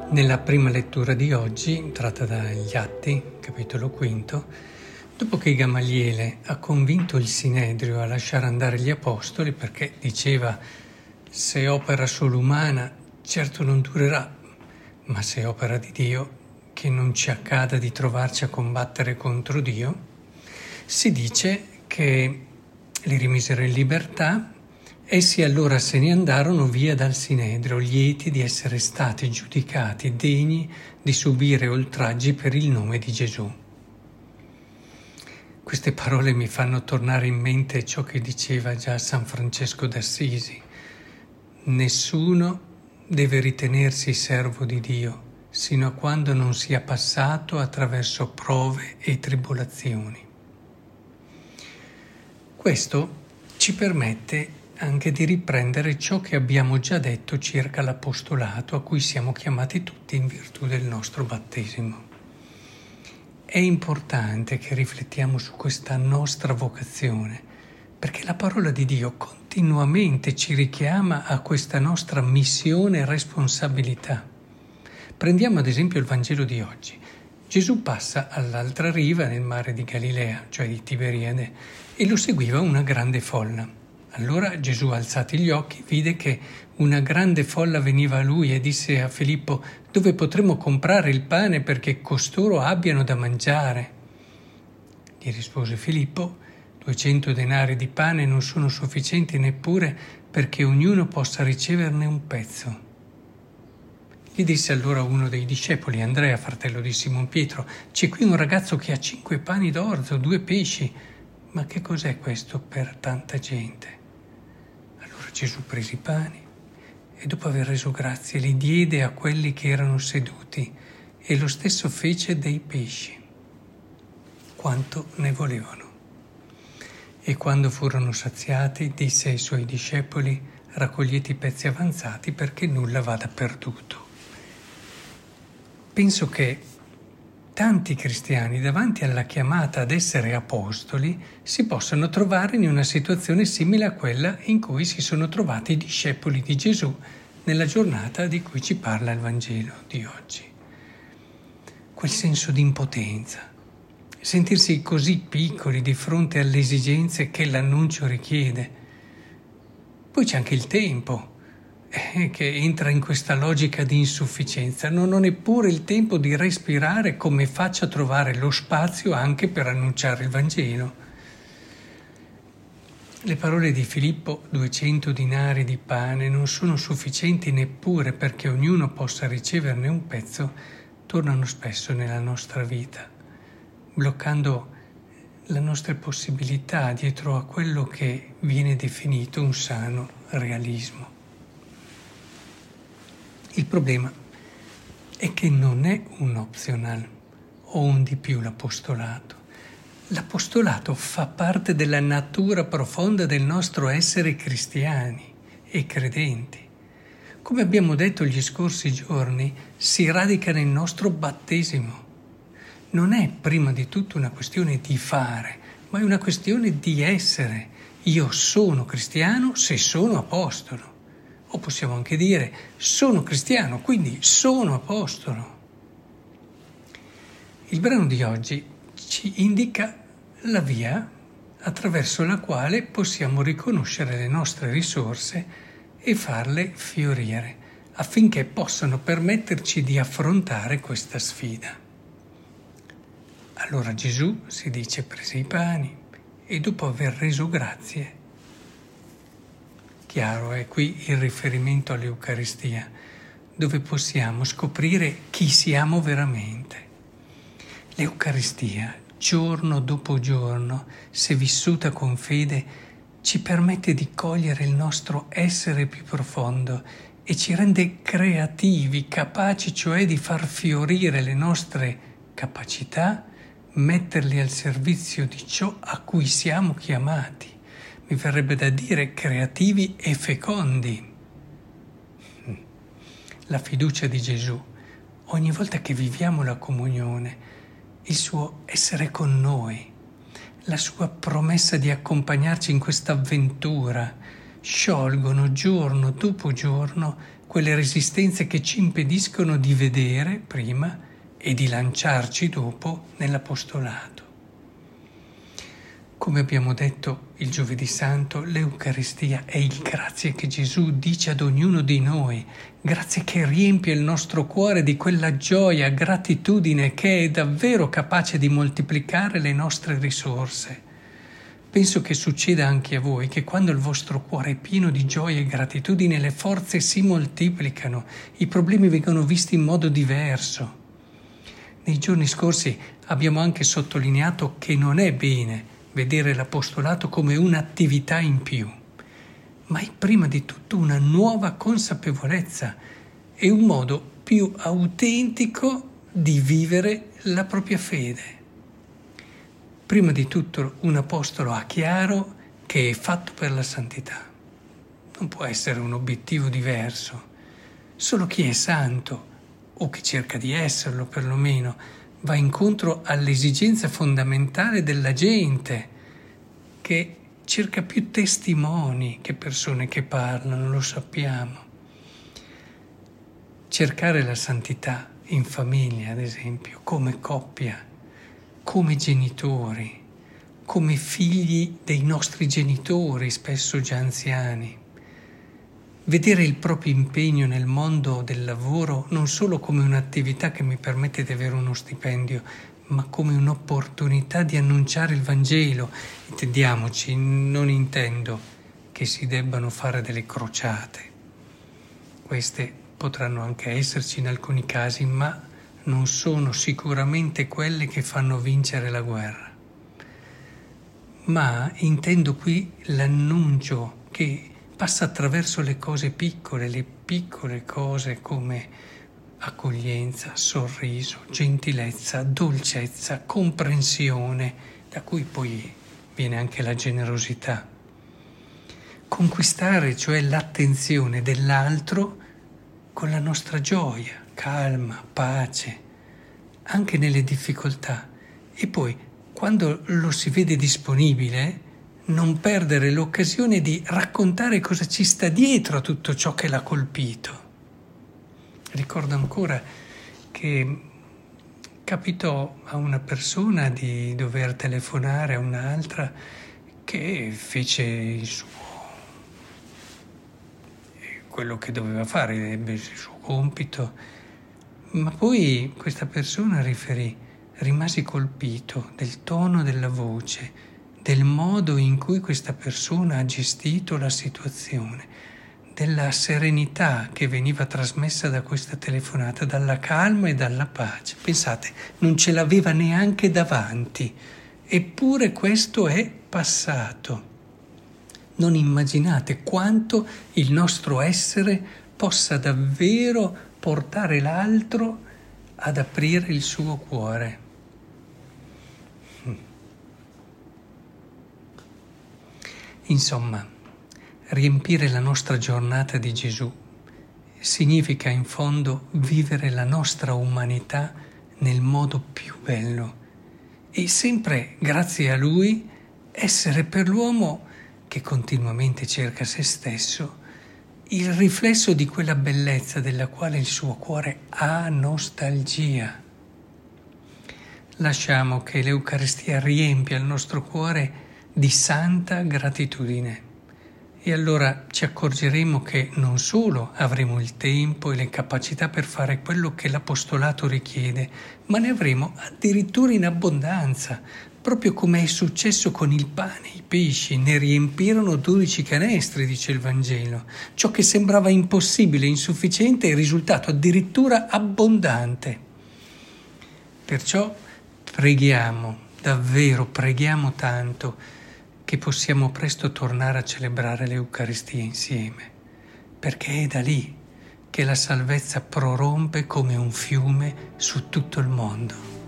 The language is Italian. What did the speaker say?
Nella prima lettura di oggi, tratta dagli Atti, capitolo quinto, dopo che Gamaliele ha convinto il Sinedrio a lasciare andare gli apostoli perché diceva: se opera solo umana certo non durerà, ma se opera di Dio, che non ci accada di trovarci a combattere contro Dio, si dice che li rimisero in libertà. Essi allora se ne andarono via dal Sinedrio, lieti di essere stati giudicati degni di subire oltraggi per il nome di Gesù. Queste parole mi fanno tornare in mente ciò che diceva già San Francesco d'Assisi: nessuno deve ritenersi servo di Dio sino a quando non sia passato attraverso prove e tribolazioni. Questo ci permette anche di riprendere ciò che abbiamo già detto circa l'apostolato a cui siamo chiamati tutti in virtù del nostro battesimo. È importante che riflettiamo su questa nostra vocazione, perché la parola di Dio continuamente ci richiama a questa nostra missione e responsabilità. Prendiamo ad esempio il Vangelo di oggi. Gesù passa all'altra riva nel mare di Galilea, cioè di Tiberiade, e lo seguiva una grande folla. Allora Gesù, alzati gli occhi, vide che una grande folla veniva a lui e disse a Filippo: dove potremo comprare il pane perché costoro abbiano da mangiare? Gli rispose Filippo: 200 denari di pane non sono sufficienti neppure perché ognuno possa riceverne un pezzo. Gli disse allora uno dei discepoli, Andrea, fratello di Simon Pietro: c'è qui un ragazzo che ha 5 pani d'orzo, 2 pesci. Ma che cos'è questo per tanta gente? Allora Gesù prese i pani e dopo aver reso grazie li diede a quelli che erano seduti e lo stesso fece dei pesci, quanto ne volevano. E quando furono saziati disse ai suoi discepoli: raccogliete i pezzi avanzati perché nulla vada perduto. Penso che tanti cristiani davanti alla chiamata ad essere apostoli si possano trovare in una situazione simile a quella in cui si sono trovati i discepoli di Gesù nella giornata di cui ci parla il Vangelo di oggi. Quel senso di impotenza, sentirsi così piccoli di fronte alle esigenze che l'annuncio richiede. Poi c'è anche il tempo che entra in questa logica di insufficienza. Non ho neppure il tempo di respirare, come faccio a trovare lo spazio anche per annunciare il Vangelo. Le parole di Filippo, 200 dinari di pane non sono sufficienti neppure perché ognuno possa riceverne un pezzo, tornano spesso nella nostra vita, bloccando le nostre possibilità dietro a quello che viene definito un sano realismo. Il problema è che non è un optional o un di più l'apostolato. L'apostolato fa parte della natura profonda del nostro essere cristiani e credenti. Come abbiamo detto gli scorsi giorni, si radica nel nostro battesimo. Non è prima di tutto una questione di fare, ma è una questione di essere. Io sono cristiano se sono apostolo. O possiamo anche dire: sono cristiano, quindi sono apostolo. Il brano di oggi ci indica la via attraverso la quale possiamo riconoscere le nostre risorse e farle fiorire, affinché possano permetterci di affrontare questa sfida. Allora Gesù, si dice, prese i pani e dopo aver reso grazie, chiaro, è qui il riferimento all'Eucaristia, dove possiamo scoprire chi siamo veramente. L'Eucaristia, giorno dopo giorno, se vissuta con fede, ci permette di cogliere il nostro essere più profondo e ci rende creativi, capaci cioè di far fiorire le nostre capacità, metterli al servizio di ciò a cui siamo chiamati. Mi verrebbe da dire creativi e fecondi. La fiducia di Gesù, ogni volta che viviamo la comunione, il suo essere con noi, la sua promessa di accompagnarci in questa avventura, sciolgono giorno dopo giorno quelle resistenze che ci impediscono di vedere prima e di lanciarci dopo nell'apostolato. Come abbiamo detto il Giovedì Santo, l'Eucaristia è il grazie che Gesù dice ad ognuno di noi, grazie che riempie il nostro cuore di quella gioia, gratitudine che è davvero capace di moltiplicare le nostre risorse. Penso che succeda anche a voi che quando il vostro cuore è pieno di gioia e gratitudine le forze si moltiplicano, i problemi vengono visti in modo diverso. Nei giorni scorsi abbiamo anche sottolineato che non è bene vedere l'apostolato come un'attività in più, ma è prima di tutto una nuova consapevolezza e un modo più autentico di vivere la propria fede. Prima di tutto un apostolo ha chiaro che è fatto per la santità. Non può essere un obiettivo diverso. Solo chi è santo, o chi cerca di esserlo perlomeno, va incontro all'esigenza fondamentale della gente, che cerca più testimoni che persone che parlano, lo sappiamo. Cercare la santità in famiglia, ad esempio, come coppia, come genitori, come figli dei nostri genitori, spesso già anziani. Vedere il proprio impegno nel mondo del lavoro non solo come un'attività che mi permette di avere uno stipendio, ma come un'opportunità di annunciare il Vangelo. Intendiamoci, non intendo che si debbano fare delle crociate. Queste potranno anche esserci in alcuni casi, ma non sono sicuramente quelle che fanno vincere la guerra. Ma intendo qui l'annuncio che passa attraverso le cose piccole, le piccole cose come accoglienza, sorriso, gentilezza, dolcezza, comprensione, da cui poi viene anche la generosità. Conquistare, cioè l'attenzione dell'altro con la nostra gioia, calma, pace, anche nelle difficoltà. E poi, quando lo si vede disponibile, non perdere l'occasione di raccontare cosa ci sta dietro a tutto ciò che l'ha colpito. Ricordo ancora che capitò a una persona di dover telefonare a un'altra che fece quello che doveva fare, ebbe il suo compito, ma poi questa persona rimasi colpito del tono della voce, del modo in cui questa persona ha gestito la situazione, della serenità che veniva trasmessa da questa telefonata, dalla calma e dalla pace. Pensate, non ce l'aveva neanche davanti, eppure questo è passato. Non immaginate quanto il nostro essere possa davvero portare l'altro ad aprire il suo cuore. Insomma, riempire la nostra giornata di Gesù significa in fondo vivere la nostra umanità nel modo più bello e sempre, grazie a Lui, essere per l'uomo che continuamente cerca se stesso il riflesso di quella bellezza della quale il suo cuore ha nostalgia. Lasciamo che l'Eucaristia riempia il nostro cuore di santa gratitudine e allora ci accorgeremo che non solo avremo il tempo e le capacità per fare quello che l'apostolato richiede, ma ne avremo addirittura in abbondanza, proprio come è successo con il pane e i pesci. Ne riempirono 12 canestri, dice il Vangelo. Ciò che sembrava impossibile, insufficiente, è risultato addirittura abbondante. Perciò preghiamo, davvero preghiamo tanto, che possiamo presto tornare a celebrare l'Eucaristia insieme, perché è da lì che la salvezza prorompe come un fiume su tutto il mondo.